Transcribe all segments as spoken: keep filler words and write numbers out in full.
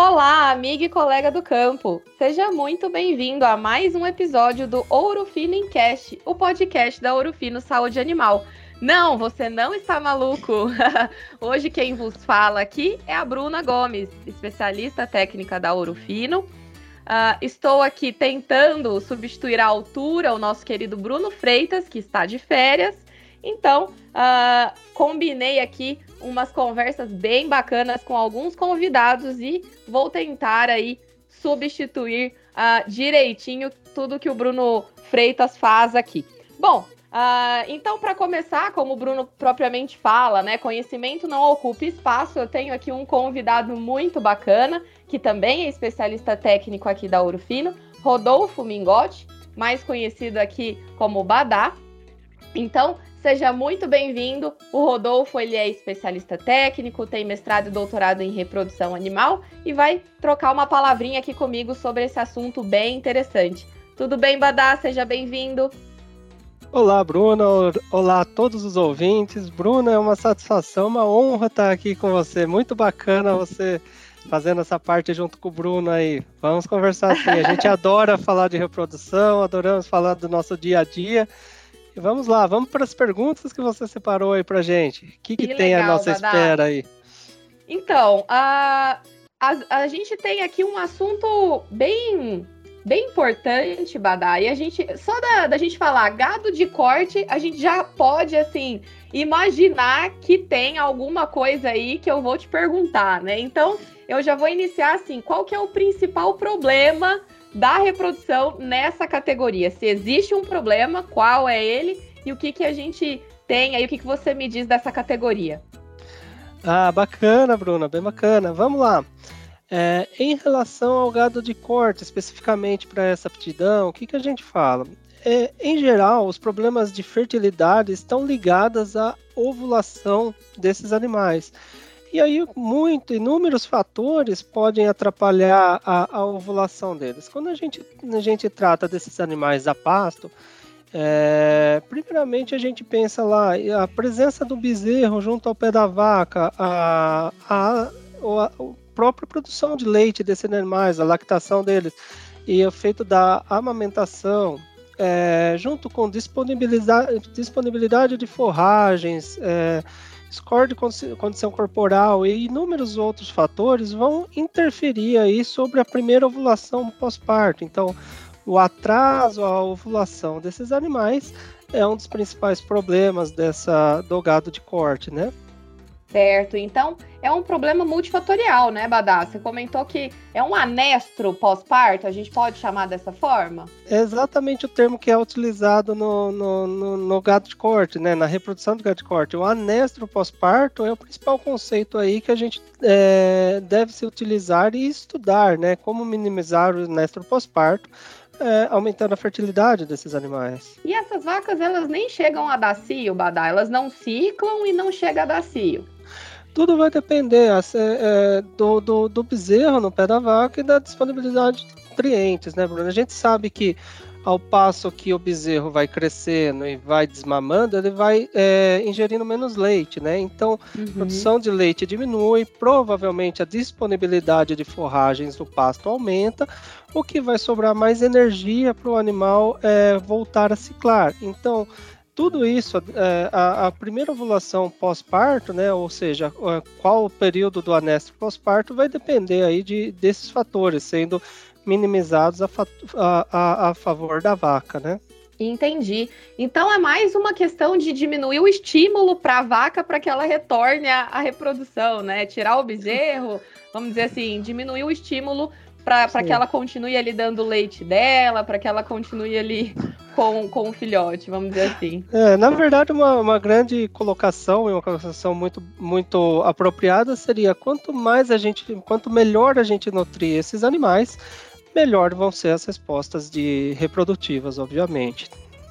Olá, amiga e colega do campo! Seja muito bem-vindo a mais um episódio do Ouro Fino em Cast, o podcast da Ouro Fino Saúde Animal. Não, você não está maluco! Hoje quem vos fala aqui é a Bruna Gomes, especialista técnica da Ouro Fino. Uh, estou aqui tentando substituir à altura o nosso querido Bruno Freitas, que está de férias. Então, uh, combinei aqui umas conversas bem bacanas com alguns convidados e vou tentar aí substituir uh, direitinho tudo que o Bruno Freitas faz aqui. Bom, uh, então para começar, como o Bruno propriamente fala, né, conhecimento não ocupa espaço, eu tenho aqui um convidado muito bacana, que também é especialista técnico aqui da Ouro Fino, Rodolfo Mingotti, mais conhecido aqui como Badá. Então, seja muito bem-vindo. O Rodolfo, ele é especialista técnico, tem mestrado e doutorado em reprodução animal e vai trocar uma palavrinha aqui comigo sobre esse assunto bem interessante. Tudo bem, Badá? Seja bem-vindo. Olá, Bruna. Olá a todos os ouvintes. Bruna, é uma satisfação, uma honra estar aqui com você. Muito bacana você fazendo essa parte junto com o Bruno aí. Vamos conversar sim. A gente adora falar de reprodução, adoramos falar do nosso dia a dia. E vamos lá, vamos para as perguntas que você separou aí pra gente. O que, que, que tem legal, a nossa Badá. Espera aí? Então, a, a, a gente tem aqui um assunto bem, bem importante, Badá. E a gente, só da, da gente falar gado de corte, a gente já pode, assim, imaginar que tem alguma coisa aí que eu vou te perguntar, né? Então, eu já vou iniciar assim, qual que é o principal problema da reprodução nessa categoria? Se existe um problema, qual é ele e o que, que a gente tem aí, o que, que você me diz dessa categoria? Ah, bacana, Bruna, bem bacana. Vamos lá. É, em relação ao gado de corte, especificamente para essa aptidão, o que, que a gente fala? É, em geral, os problemas de fertilidade estão ligados à ovulação desses animais. E aí, muito, inúmeros fatores podem atrapalhar a, a ovulação deles. Quando a gente, a gente trata desses animais a pasto, é, primeiramente a gente pensa lá, a presença do bezerro junto ao pé da vaca, a, a, a, a própria produção de leite desses animais, a lactação deles, e o feito da amamentação, é, junto com disponibilidade, disponibilidade de forragens, é, score de condição corporal e inúmeros outros fatores vão interferir aí sobre a primeira ovulação pós-parto. Então, o atraso à ovulação desses animais é um dos principais problemas dessa, do gado de corte, né? Certo, então é um problema multifatorial, né, Badá? Você comentou que é um anestro pós-parto, a gente pode chamar dessa forma? É exatamente o termo que é utilizado no, no, no, no gado de corte, né, na reprodução do gado de corte. O anestro pós-parto é o principal conceito aí que a gente é, deve se utilizar e estudar, né, como minimizar o anestro pós-parto, É, aumentando a fertilidade desses animais. E essas vacas, elas nem chegam a dar cio, Badá? Elas não ciclam e não chegam a dar cio? Tudo vai depender é, do, do, do bezerro no pé da vaca e da disponibilidade de nutrientes, né, Bruno? A gente sabe que ao passo que o bezerro vai crescendo e vai desmamando, ele vai é, ingerindo menos leite, né? Então, uhum. a produção de leite diminui, provavelmente a disponibilidade de forragens do pasto aumenta, o que vai sobrar mais energia para o animal é, voltar a ciclar. Então, tudo isso, é, a, a primeira ovulação pós-parto, né? Ou seja, qual o período do anestro pós-parto vai depender aí de, desses fatores, sendo minimizados a, a, a favor da vaca, né? Entendi. Então é mais uma questão de diminuir o estímulo para a vaca para que ela retorne à, à reprodução, né? Tirar o bezerro, vamos dizer assim, diminuir o estímulo para que ela continue ali dando leite dela, para que ela continue ali com, com o filhote, vamos dizer assim. É, na verdade, uma, uma grande colocação e uma colocação muito, muito apropriada seria quanto mais a gente, quanto melhor a gente nutrir esses animais, melhor vão ser as respostas de reprodutivas, obviamente.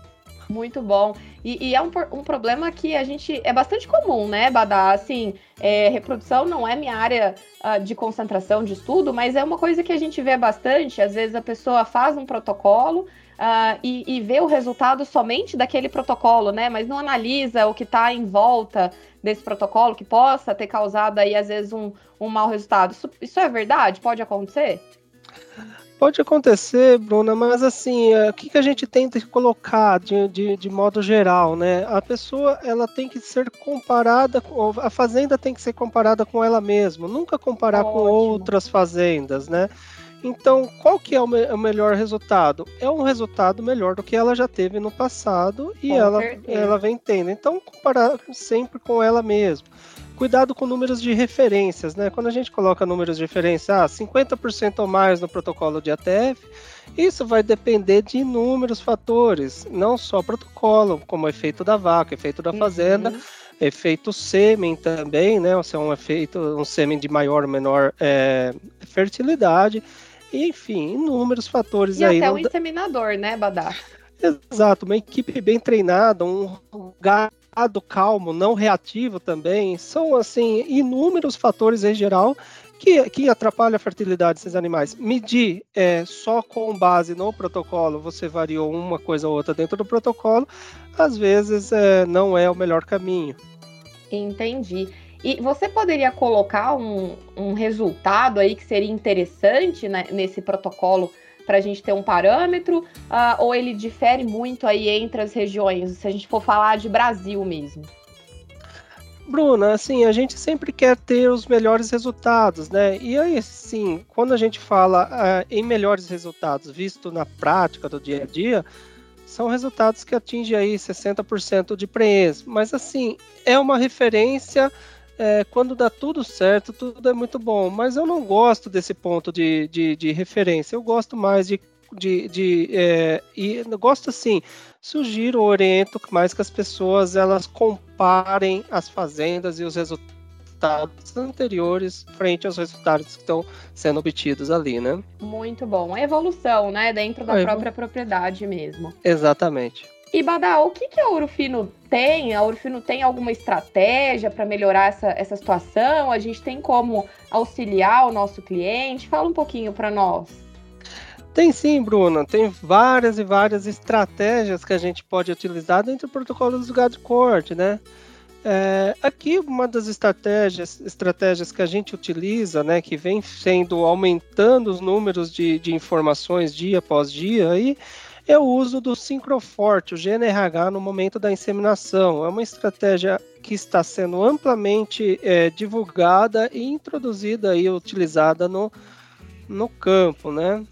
Muito bom. E, e é um, um problema que a gente... É bastante comum, né, Badá? Assim, é, reprodução não é minha área uh, de concentração de estudo, mas é uma coisa que a gente vê bastante. Às vezes a pessoa faz um protocolo, uh, e, e vê o resultado somente daquele protocolo, né? Mas não analisa o que está em volta desse protocolo que possa ter causado aí, às vezes, um, um mau resultado. Isso, isso é verdade? Pode acontecer? Pode acontecer, Bruna, mas assim, o que, que a gente tenta colocar de, de, de modo geral, né? A pessoa, ela tem que ser comparada, a fazenda tem que ser comparada com ela mesma, nunca comparar Ótimo. com outras fazendas, né? Então, qual que é o, me o melhor resultado? É um resultado melhor do que ela já teve no passado e ela, ela vem tendo. Então, comparar sempre com ela mesma. Cuidado com números de referências, né? Quando a gente coloca números de referência, ah, cinquenta por cento ou mais no protocolo de A T F, isso vai depender de inúmeros fatores, não só protocolo, como efeito da vaca, efeito da fazenda, uhum. efeito sêmen também, né? Ou seja, um efeito, um sêmen de maior ou menor é, fertilidade, enfim, inúmeros fatores e aí. E até o inseminador, né, Badá? Exato, uma equipe bem treinada, um gado calmo, não reativo também, são assim inúmeros fatores em geral que, que atrapalham a fertilidade desses animais. Medir é, só com base no protocolo, você variou uma coisa ou outra dentro do protocolo, às vezes é, não é o melhor caminho. Entendi. E você poderia colocar um, um resultado aí que seria interessante, né, nesse protocolo para a gente ter um parâmetro, uh, ou ele difere muito aí entre as regiões, se a gente for falar de Brasil mesmo? Bruna, assim, a gente sempre quer ter os melhores resultados, né? E aí, sim, quando a gente fala uh, em melhores resultados, visto na prática do dia a dia, são resultados que atingem aí sessenta por cento de prenhez. Mas, assim, é uma referência... É, quando dá tudo certo, tudo é muito bom, mas eu não gosto desse ponto de, de, de referência, eu gosto mais de, de, de é, e eu gosto assim, sugiro, oriento mais que as pessoas elas comparem as fazendas e os resultados anteriores frente aos resultados que estão sendo obtidos ali, né? Muito bom, a evolução, né, dentro da é, própria propriedade mesmo. Exatamente. E, Badá, o que, que a Ouro Fino tem? A Ouro Fino tem alguma estratégia para melhorar essa, essa situação? A gente tem como auxiliar o nosso cliente? Fala um pouquinho para nós. Tem sim, Bruna. Tem várias e várias estratégias que a gente pode utilizar dentro do protocolo do gado de corte, né? É, aqui, uma das estratégias, estratégias que a gente utiliza, né, que vem sendo aumentando os números de, de informações dia após dia, aí, é o uso do Sincroforte, o G N R H, no momento da inseminação. É uma estratégia que está sendo amplamente é, divulgada e introduzida e utilizada no, no campo, né?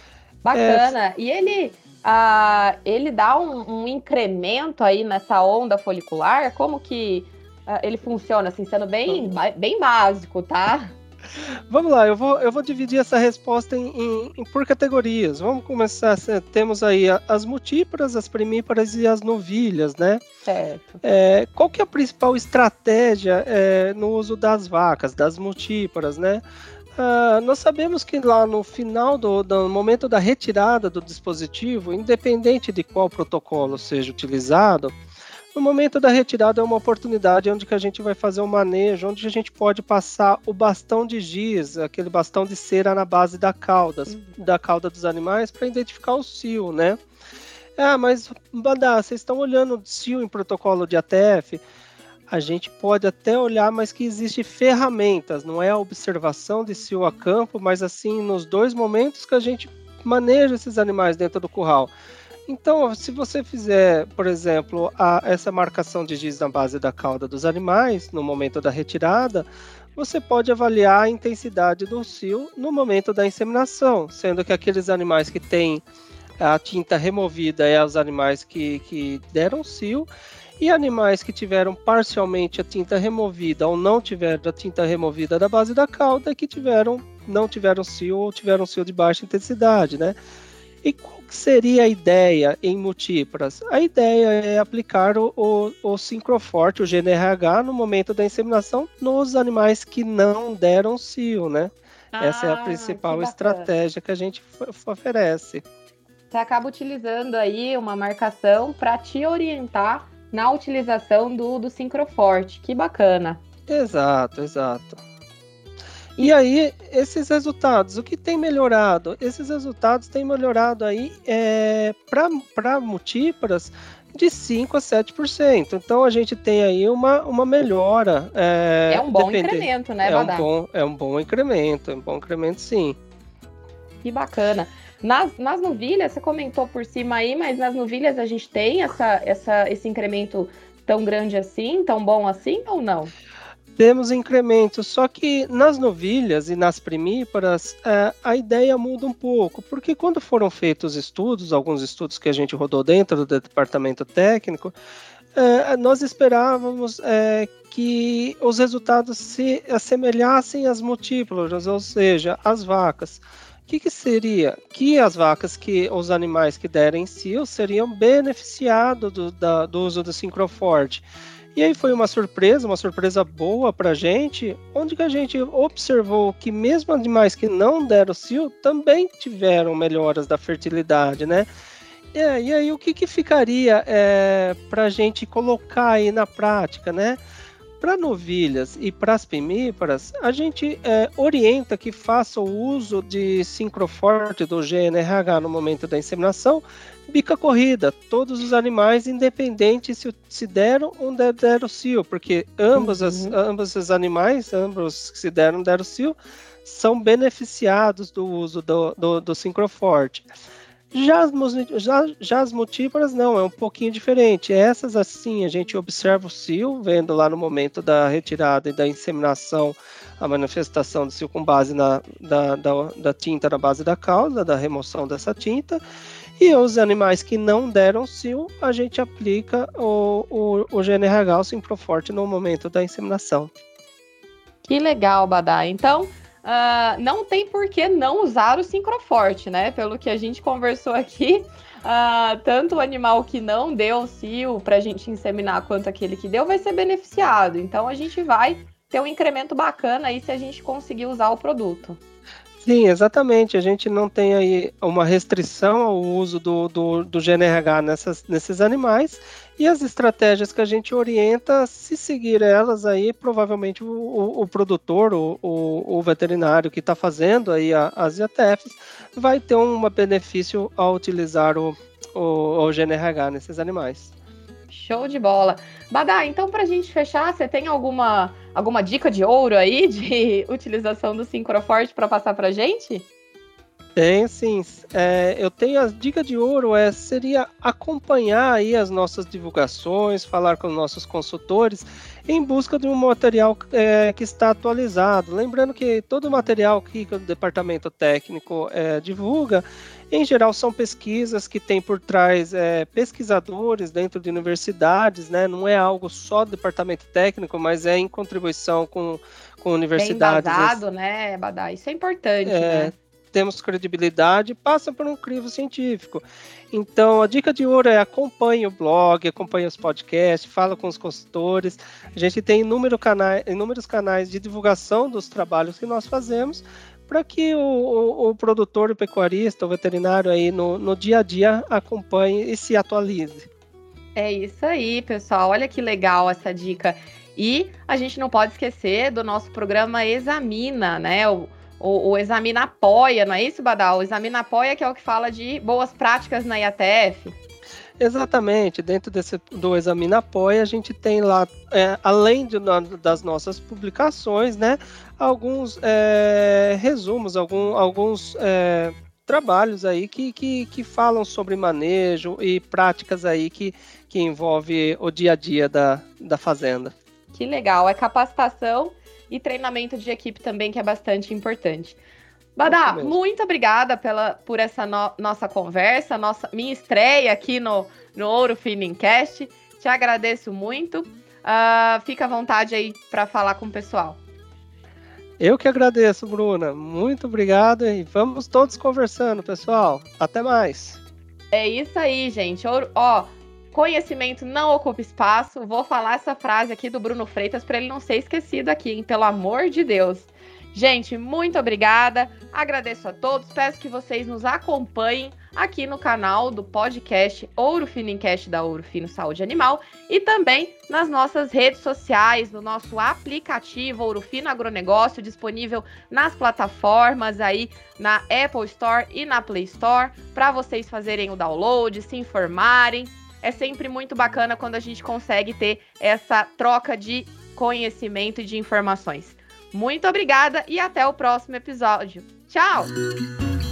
Bacana. É... E ele, ah, ele dá um, um incremento aí nessa onda folicular? Como que ah, ele funciona? Assim, sendo bem, bem básico, tá? Vamos lá, eu vou, eu vou dividir essa resposta em, em, em por categorias. Vamos começar, temos aí as multíparas, as primíparas e as novilhas, né? Certo. É, qual que é a principal estratégia é, no uso das vacas, das multíparas, né? Ah, nós sabemos que lá no final do, do momento da retirada do dispositivo, independente de qual protocolo seja utilizado, no momento da retirada é uma oportunidade onde que a gente vai fazer um manejo, onde a gente pode passar o bastão de giz, aquele bastão de cera na base da cauda, uhum. da cauda dos animais, para identificar o cio, né? Ah, mas, Badá, vocês estão olhando o cio em protocolo de A T F? A gente pode até olhar, mas que existe ferramentas, não é a observação de cio a campo, mas assim, nos dois momentos que a gente maneja esses animais dentro do curral. Então, se você fizer, por exemplo, a, essa marcação de giz na base da cauda dos animais, no momento da retirada, você pode avaliar a intensidade do cio no momento da inseminação, sendo que aqueles animais que têm a tinta removida é os animais que, que deram cio, e animais que tiveram parcialmente a tinta removida ou não tiveram a tinta removida da base da cauda, que tiveram, não tiveram cio ou tiveram cio de baixa intensidade, né? E qual seria a ideia em multíparas? A ideia é aplicar o, o, o Sincroforte, o G N R H, no momento da inseminação nos animais que não deram cio, né? Ah, essa é a principal que estratégia que a gente oferece. Você acaba utilizando aí uma marcação para te orientar na utilização do, do Sincroforte. Que bacana. Exato, exato. E aí, esses resultados, o que tem melhorado? Esses resultados têm melhorado aí é, para multíparas de cinco a sete por cento. Então, a gente tem aí uma, uma melhora. É, é um bom incremento, né, é Badá? Um bom, é um bom incremento, é um bom incremento, sim. Que bacana. Nas, nas novilhas, você comentou por cima aí, mas nas novilhas a gente tem essa, essa, esse incremento tão grande assim, tão bom assim ou não? Temos incrementos, só que nas novilhas e nas primíparas é, a ideia muda um pouco, porque quando foram feitos estudos, alguns estudos que a gente rodou dentro do departamento técnico, é, nós esperávamos é, que os resultados se assemelhassem às múltiplas, ou seja, às vacas. O que, que seria? Que as vacas, que os animais que derem cio seriam beneficiados do, da, do uso do Syncroforte. E aí foi uma surpresa, uma surpresa boa para a gente, onde que a gente observou que mesmo animais que não deram cio também tiveram melhoras da fertilidade, né? É, e aí o que, que ficaria é, para a gente colocar aí na prática, né? Para novilhas e para as primíparas, a gente é, orienta que faça o uso de Syncroforte do G N R H no momento da inseminação, bica corrida, todos os animais, independente se, se deram ou não deram cio, porque ambos, uhum. as, ambos os animais, ambos que se deram, deram cio, são beneficiados do uso do, do, do Syncroforte. Já as, já, já as multíparas não, é um pouquinho diferente. Essas assim, a gente observa o cio, vendo lá no momento da retirada e da inseminação a manifestação do cio com base na da, da, da tinta na base da cauda, da remoção dessa tinta. E os animais que não deram cio, a gente aplica o, o, o G N R H, o Syncroforte, no momento da inseminação. Que legal, Badá. Então, Uh, não tem por que não usar o Syncroforte, né? Pelo que a gente conversou aqui, uh, tanto o animal que não deu cio para a gente inseminar quanto aquele que deu vai ser beneficiado. Então a gente vai ter um incremento bacana aí se a gente conseguir usar o produto. Sim, exatamente. A gente não tem aí uma restrição ao uso do, do, do G N R H nessas, nesses animais, e as estratégias que a gente orienta, se seguir elas aí, provavelmente o, o, o produtor, o, o, o veterinário que está fazendo aí a, as I A T Fs, vai ter um benefício ao utilizar o, o, o G N R H nesses animais. Show de bola. Badá, então para a gente fechar, você tem alguma, alguma dica de ouro aí de utilização do Syncroforte para passar para a gente? Tem, sim. É, eu tenho a dica de ouro, é, seria acompanhar aí as nossas divulgações, falar com os nossos consultores em busca de um material é, que está atualizado. Lembrando que todo o material que o departamento técnico é, divulga, em geral, são pesquisas que tem por trás é, pesquisadores dentro de universidades, né? Não é algo só do departamento técnico, mas é em contribuição com, com universidades. Bem embasado, né, Badá? Isso é importante, é, né? Temos credibilidade, passa por um crivo científico. Então, a dica de ouro é acompanhe o blog, acompanhe os podcasts, fala com os consultores. A gente tem inúmeros canais, inúmeros canais de divulgação dos trabalhos que nós fazemos, para que o, o, o produtor, o pecuarista, o veterinário aí no, no dia a dia acompanhe e se atualize. É isso aí, pessoal. Olha que legal essa dica. E a gente não pode esquecer do nosso programa Examina, né? O, o, o Examina Apoia, não é isso, Badá? O Examina Apoia, que é o que fala de boas práticas na I A T F. Exatamente, dentro desse, do Examina Apoia, a gente tem lá, é, além de, das nossas publicações, né, alguns é, resumos, algum, alguns é, trabalhos aí que, que, que falam sobre manejo e práticas aí que, que envolve o dia a dia da, da fazenda. Que legal, é capacitação e treinamento de equipe também, que é bastante importante. Badá, muito obrigada pela, por essa no, nossa conversa, nossa, minha estreia aqui no, no Ouro Feelingcast. Te agradeço muito. Uh, fica à vontade aí para falar com o pessoal. Eu que agradeço, Bruna. Muito obrigado e vamos todos conversando, pessoal. Até mais. É isso aí, gente. Ó, conhecimento não ocupa espaço. Vou falar essa frase aqui do Bruno Freitas para ele não ser esquecido aqui, hein? Pelo amor de Deus. Gente, muito obrigada, agradeço a todos, peço que vocês nos acompanhem aqui no canal do podcast Ouro Fino Encast da Ouro Fino Saúde Animal e também nas nossas redes sociais, no nosso aplicativo Ouro Fino Agronegócio, disponível nas plataformas aí na Apple Store e na Play Store, para vocês fazerem o download, se informarem. É sempre muito bacana quando a gente consegue ter essa troca de conhecimento e de informações. Muito obrigada e até o próximo episódio. Tchau!